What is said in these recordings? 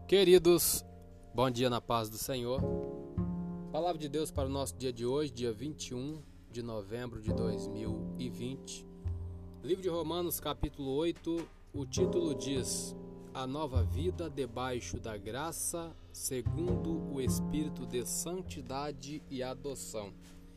Queridos, bom dia na paz do Senhor. Palavra de Deus para o nosso dia de hoje, dia 21 de novembro de 2020. Livro de Romanos, capítulo 8, o título diz: A nova vida debaixo da graça, segundo o Espírito de santidade e adoção.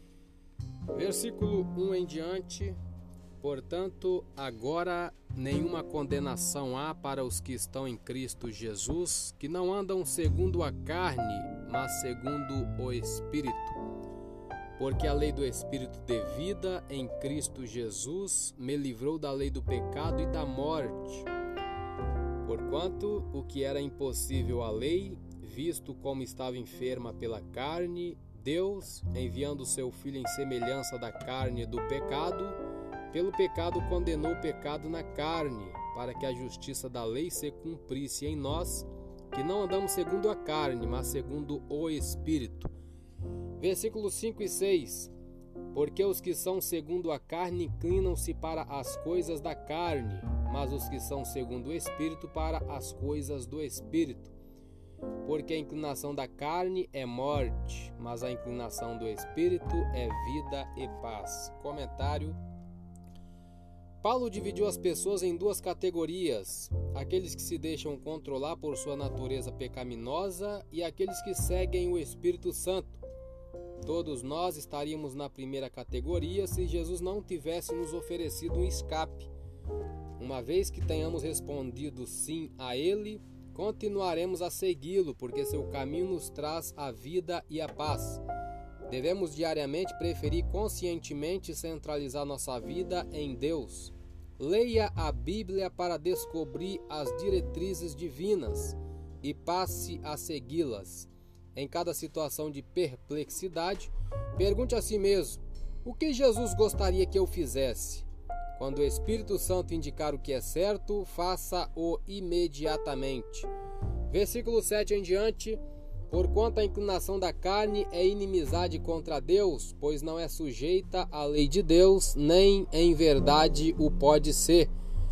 Versículo 1 em diante. Portanto, agora nenhuma condenação há para os que estão em Cristo Jesus, que não andam segundo a carne, mas segundo o Espírito. Porque a lei do Espírito de vida em Cristo Jesus me livrou da lei do pecado e da morte. Porquanto o que era impossível à lei, visto como estava enferma pela carne, Deus, enviando o seu Filho em semelhança da carne do pecado, pelo pecado condenou o pecado na carne, para que a justiça da lei se cumprisse em nós, que não andamos segundo a carne, mas segundo o Espírito. Versículos 5 e 6. Porque os que são segundo a carne inclinam-se para as coisas da carne, mas os que são segundo o Espírito para as coisas do Espírito. Porque a inclinação da carne é morte, mas a inclinação do Espírito é vida e paz. Comentário. Paulo dividiu as pessoas em duas categorias: aqueles que se deixam controlar por sua natureza pecaminosa e aqueles que seguem o Espírito Santo. Todos nós estaríamos na primeira categoria se Jesus não tivesse nos oferecido um escape. Uma vez que tenhamos respondido sim a Ele, continuaremos a segui-lo, porque seu caminho nos traz a vida e a paz. Devemos diariamente preferir conscientemente centralizar nossa vida em Deus. Leia a Bíblia para descobrir as diretrizes divinas e passe a segui-las. Em cada situação de perplexidade, pergunte a si mesmo: o que Jesus gostaria que eu fizesse? Quando o Espírito Santo indicar o que é certo, faça-o imediatamente. Versículo 7 em diante. Porquanto a inclinação da carne é inimizade contra Deus, pois não é sujeita à lei de Deus, nem em verdade o pode ser.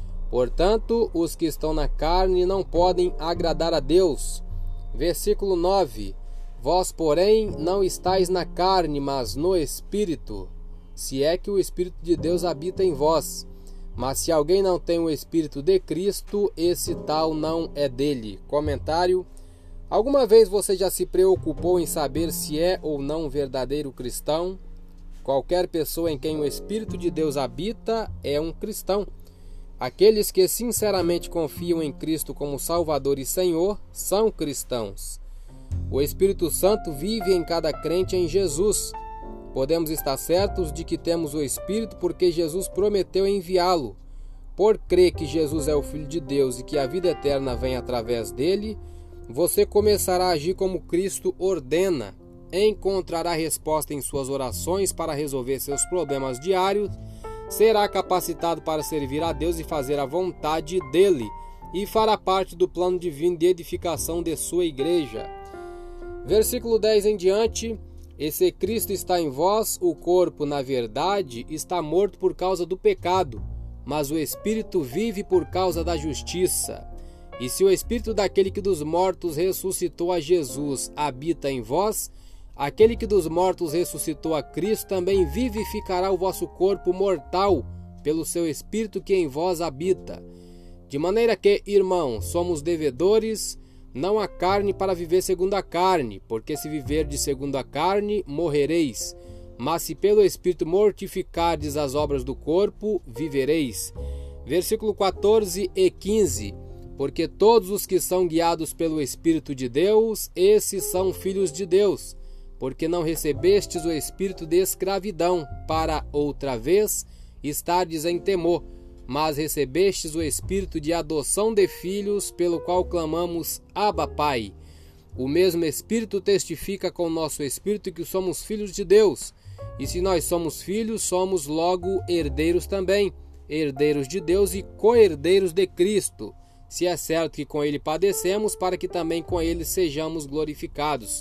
Portanto, os que estão na carne não podem agradar a Deus. Versículo 9. Vós, porém, não estáis na carne, mas no Espírito, se é que o Espírito de Deus habita em vós. Mas se alguém não tem o Espírito de Cristo, esse tal não é dele. Comentário. Alguma vez você já se preocupou em saber se é ou não um verdadeiro cristão? Qualquer pessoa em quem o Espírito de Deus habita é um cristão. Aqueles que sinceramente confiam em Cristo como Salvador e Senhor são cristãos. O Espírito Santo vive em cada crente em Jesus. Podemos estar certos de que temos o Espírito porque Jesus prometeu enviá-lo. Por crer que Jesus é o Filho de Deus e que a vida eterna vem através dele, você começará a agir como Cristo ordena, encontrará resposta em suas orações para resolver seus problemas diários, será capacitado para servir a Deus e fazer a vontade dele, e fará parte do plano divino de edificação de sua igreja. Versículo 10 em diante. E se Cristo está em vós, o corpo, na verdade, está morto por causa do pecado, mas o Espírito vive por causa da justiça. E se o Espírito daquele que dos mortos ressuscitou a Jesus habita em vós, aquele que dos mortos ressuscitou a Cristo também vivificará o vosso corpo mortal pelo seu Espírito que em vós habita. De maneira que, irmãos, somos devedores, não à carne para viver segundo a carne, porque se viverdes segundo a carne, morrereis. Mas se pelo Espírito mortificardes as obras do corpo, vivereis. Versículo 14 e 15. Porque todos os que são guiados pelo Espírito de Deus, esses são filhos de Deus. Porque não recebestes o espírito de escravidão, para outra vez estardes em temor, mas recebestes o espírito de adoção de filhos, pelo qual clamamos: Abba, Pai. O mesmo Espírito testifica com o nosso espírito que somos filhos de Deus. E se nós somos filhos, somos logo herdeiros também, herdeiros de Deus e co-herdeiros de Cristo, se é certo que com ele padecemos, para que também com ele sejamos glorificados.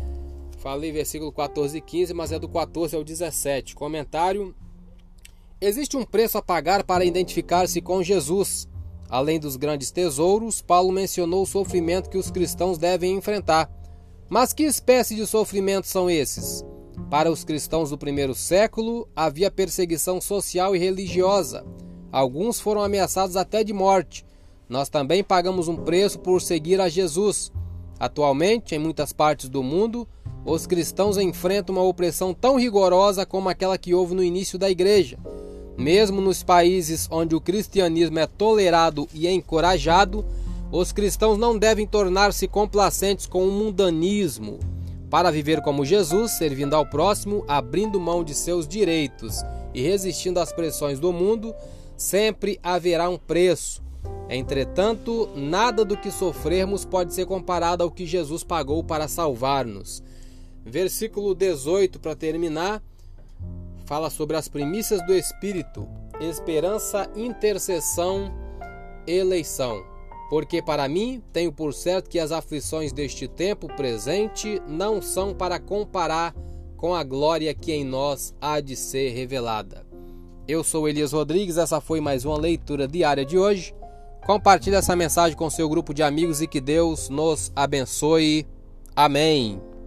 Falei versículo 14 e 15, mas é do 14 ao 17. Comentário. Existe um preço a pagar para identificar-se com Jesus. Além dos grandes tesouros, Paulo mencionou o sofrimento que os cristãos devem enfrentar. Mas que espécie de sofrimentos são esses? Para os cristãos do primeiro século, havia perseguição social e religiosa. Alguns foram ameaçados até de morte. Nós também pagamos um preço por seguir a Jesus. Atualmente, em muitas partes do mundo, os cristãos enfrentam uma opressão tão rigorosa como aquela que houve no início da igreja. Mesmo nos países onde o cristianismo é tolerado e encorajado, os cristãos não devem tornar-se complacentes com o mundanismo. Para viver como Jesus, servindo ao próximo, abrindo mão de seus direitos e resistindo às pressões do mundo, sempre haverá um preço. Entretanto, nada do que sofrermos pode ser comparado ao que Jesus pagou para salvar-nos. Versículo 18, para terminar, fala sobre as primícias do Espírito: esperança, intercessão, eleição. Porque para mim, tenho por certo que as aflições deste tempo presente não são para comparar com a glória que em nós há de ser revelada. Eu sou Elias Rodrigues, essa foi mais uma leitura diária de hoje. Compartilhe essa mensagem com seu grupo de amigos e que Deus nos abençoe. Amém.